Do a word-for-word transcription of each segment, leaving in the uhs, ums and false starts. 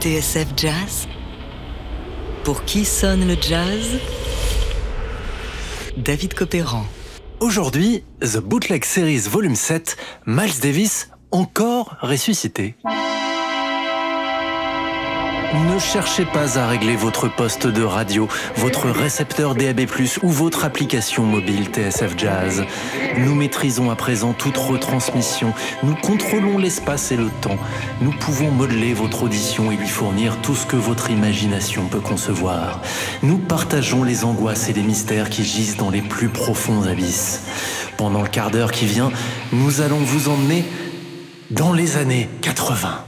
T S F Jazz. Pour qui sonne le jazz? David Copéran. Aujourd'hui, The Bootleg Series Volume sept, Miles Davis encore ressuscité. Ne cherchez pas à régler votre poste de radio, votre récepteur D A B plus, ou votre application mobile T S F Jazz. Nous maîtrisons à présent toute retransmission. Nous contrôlons l'espace et le temps. Nous pouvons modeler votre audition et lui fournir tout ce que votre imagination peut concevoir. Nous partageons les angoisses et les mystères qui gisent dans les plus profonds abysses. Pendant le quart d'heure qui vient, nous allons vous emmener dans les années quatre-vingts.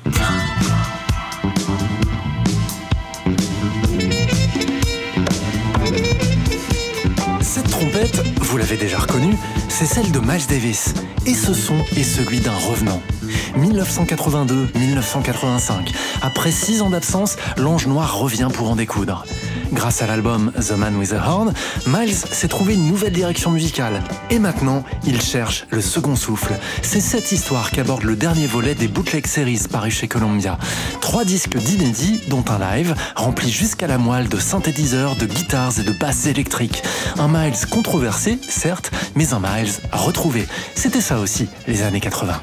Cette trompette, vous l'avez déjà reconnue, c'est celle de Miles Davis. Et ce son est celui d'un revenant. dix-neuf cent quatre-vingt-deux à dix-neuf cent quatre-vingt-cinq. Après six ans d'absence, l'Ange Noir revient pour en découdre. Grâce à l'album The Man with a Horn, Miles s'est trouvé une nouvelle direction musicale. Et maintenant, il cherche le second souffle. C'est cette histoire qu'aborde le dernier volet des Bootleg Series parus chez Columbia. Trois disques d'inédits, dont un live, rempli jusqu'à la moelle de synthétiseurs, de guitares et de basses électriques. Un Miles controversé, certes, mais un Miles retrouvé. C'était ça aussi, les années quatre-vingts.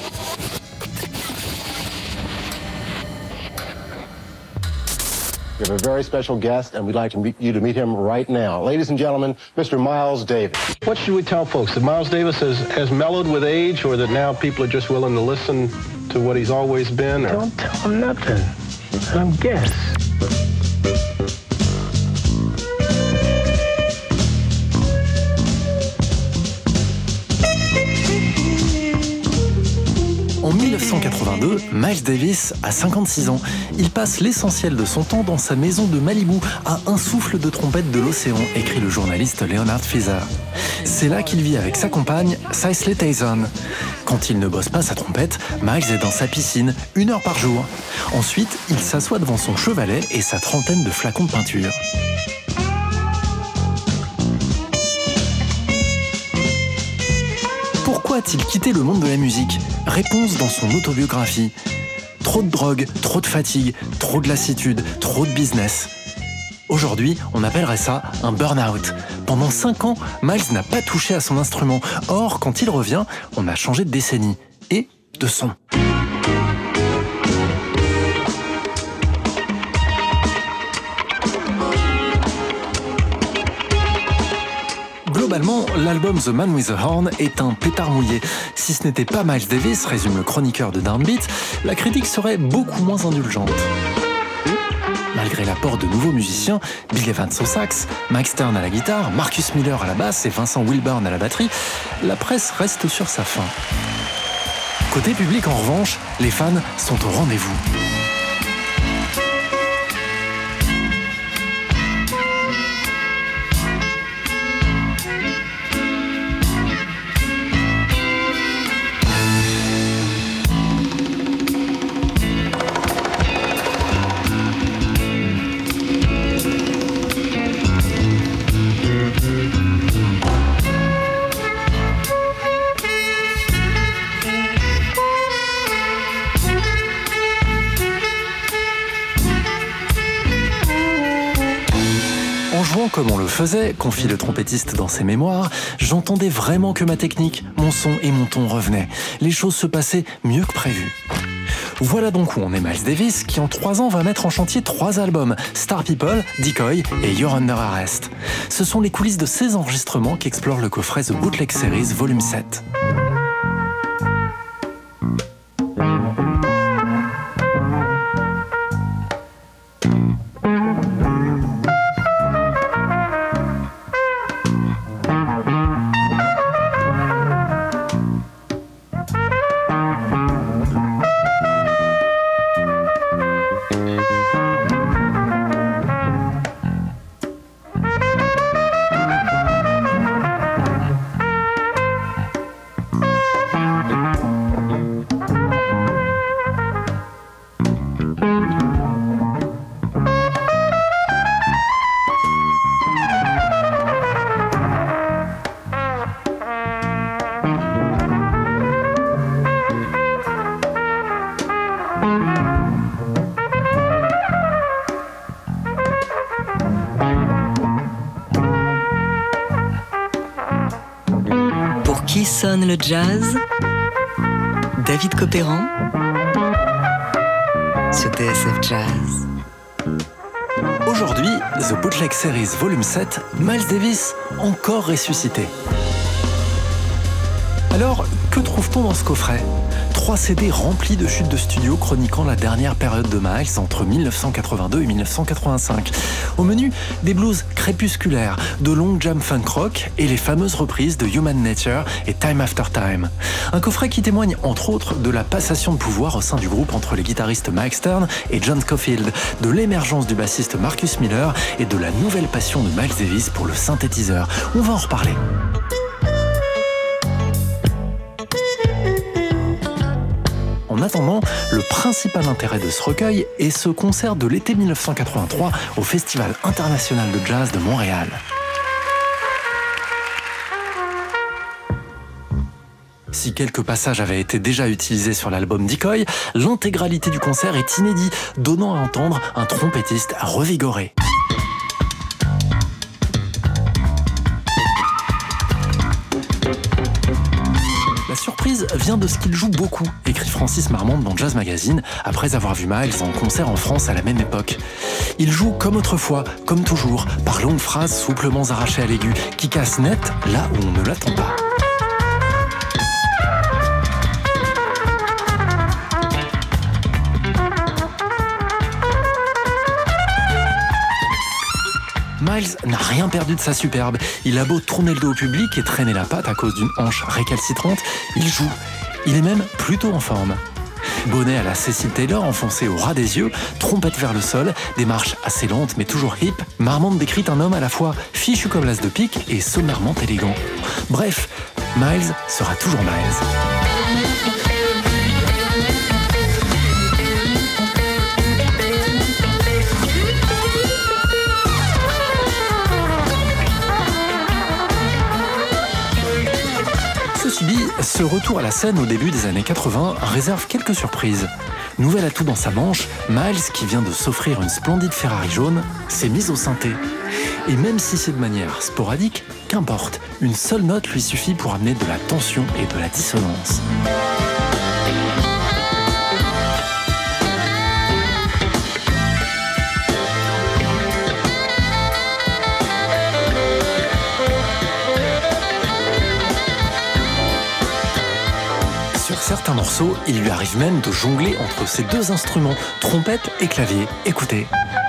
We have a very special guest, and we'd like to meet you to meet him right now. Ladies and gentlemen, Mister Miles Davis. What should we tell folks? That Miles Davis has, has mellowed with age, or that now people are just willing to listen to what he's always been? Or? Don't tell them nothing. Let them guess. En dix-neuf cent quatre-vingt-deux, Miles Davis a cinquante-six ans. Il passe l'essentiel de son temps dans sa maison de Malibu, à un souffle de trompette de l'océan, écrit le journaliste Leonard Feather. C'est là qu'il vit avec sa compagne, Cicely Tyson. Quand il ne bosse pas sa trompette, Miles est dans sa piscine, une heure par jour. Ensuite, il s'assoit devant son chevalet et sa trentaine de flacons de peinture. Pourquoi a-t-il quitté le monde de la musique? Réponse dans son autobiographie. Trop de drogue, trop de fatigue, trop de lassitude, trop de business. Aujourd'hui, on appellerait ça un burn-out. Pendant cinq ans, Miles n'a pas touché à son instrument. Or, quand il revient, on a changé de décennie et de son. Globalement, l'album The Man with a Horn est un pétard mouillé. Si ce n'était pas Miles Davis, résume le chroniqueur de Downbeat, la critique serait beaucoup moins indulgente. Malgré l'apport de nouveaux musiciens, Bill Evans au sax, Mike Stern à la guitare, Marcus Miller à la basse et Vincent Wilburn à la batterie, la presse reste sur sa faim. Côté public en revanche, les fans sont au rendez-vous. En jouant comme on le faisait, confie le trompettiste dans ses mémoires, j'entendais vraiment que ma technique, mon son et mon ton revenaient. Les choses se passaient mieux que prévu. Voilà donc où on est Miles Davis, qui en trois ans va mettre en chantier trois albums, Star People, Decoy et You're Under Arrest. Ce sont les coulisses de ces enregistrements qu'explore le coffret The Bootleg Series Volume sept. Pour qui sonne le jazz? David Copéran sur T S F Jazz. Aujourd'hui, The Bootleg Series Volume sept, Miles Davis encore ressuscité. Alors, que trouve-t-on dans ce coffret ? Trois C D remplis de chutes de studio chroniquant la dernière période de Miles entre mille neuf cent quatre-vingt-deux et mille neuf cent quatre-vingt-cinq. Au menu, des blues crépusculaires, de longues jams funk rock et les fameuses reprises de Human Nature et Time After Time. Un coffret qui témoigne entre autres de la passation de pouvoir au sein du groupe entre les guitaristes Mike Stern et John Scofield, de l'émergence du bassiste Marcus Miller et de la nouvelle passion de Miles Davis pour le synthétiseur. On va en reparler. En attendant, le principal intérêt de ce recueil est ce concert de l'été mille neuf cent quatre-vingt-trois au Festival international de jazz de Montréal. Si quelques passages avaient été déjà utilisés sur l'album Decoy, l'intégralité du concert est inédit, donnant à entendre un trompettiste revigoré. La surprise vient de ce qu'il joue beaucoup, écrit Francis Marmande dans Jazz Magazine, après avoir vu Miles en concert en France à la même époque. Il joue comme autrefois, comme toujours, par longues phrases souplement arrachées à l'aigu, qui cassent net là où on ne l'attend pas. Miles n'a rien perdu de sa superbe. Il a beau tourner le dos au public et traîner la patte à cause d'une hanche récalcitrante, il joue. Il est même plutôt en forme. Bonnet à la Cecil Taylor enfoncé au ras des yeux, trompette vers le sol, démarche assez lente mais toujours hip, Marmande décrit un homme à la fois fichu comme l'as de pique et sommairement élégant. Bref, Miles sera toujours Miles. Ce retour à la scène au début des années quatre-vingts réserve quelques surprises. Nouvel atout dans sa manche, Miles, qui vient de s'offrir une splendide Ferrari jaune, s'est mis au synthé. Et même si c'est de manière sporadique, qu'importe, une seule note lui suffit pour amener de la tension et de la dissonance. Sur certains morceaux, il lui arrive même de jongler entre ces deux instruments, trompette et clavier. Écoutez.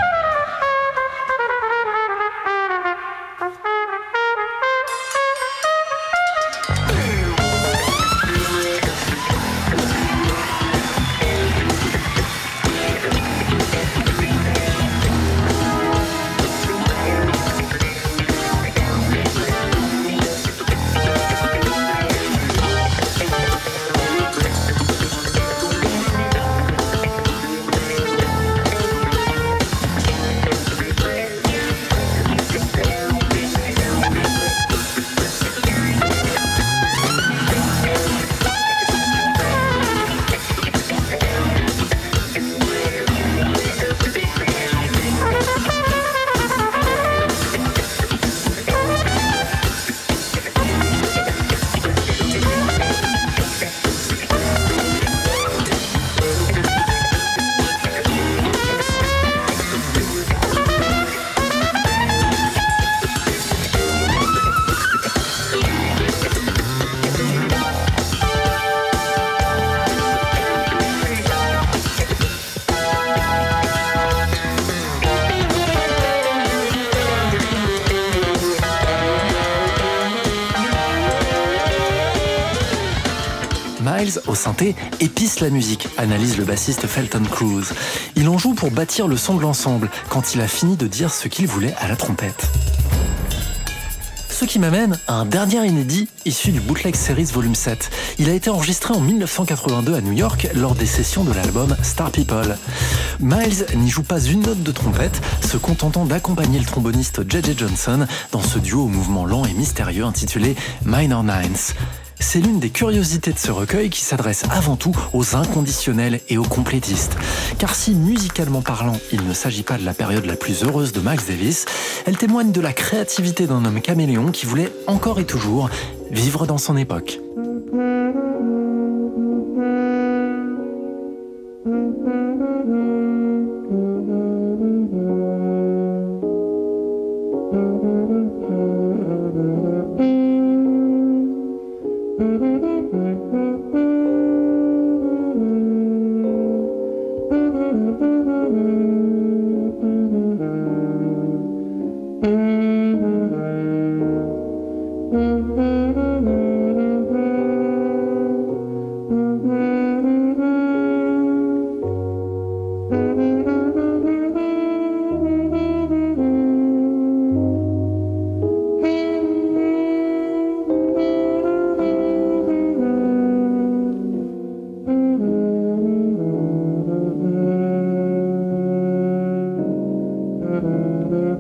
Miles, au synthé, épice la musique, analyse le bassiste Felton Cruz. Il en joue pour bâtir le son de l'ensemble, quand il a fini de dire ce qu'il voulait à la trompette. Ce qui m'amène à un dernier inédit issu du Bootleg Series Volume sept. Il a été enregistré en mille neuf cent quatre-vingt-deux à New York lors des sessions de l'album Star People. Miles n'y joue pas une note de trompette, se contentant d'accompagner le tromboniste J J Johnson dans ce duo au mouvement lent et mystérieux intitulé Minor Nines. C'est l'une des curiosités de ce recueil qui s'adresse avant tout aux inconditionnels et aux complétistes. Car si, musicalement parlant, il ne s'agit pas de la période la plus heureuse de Miles Davis, elle témoigne de la créativité d'un homme caméléon qui voulait encore et toujours vivre dans son époque.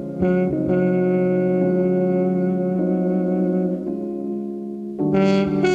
Thank you.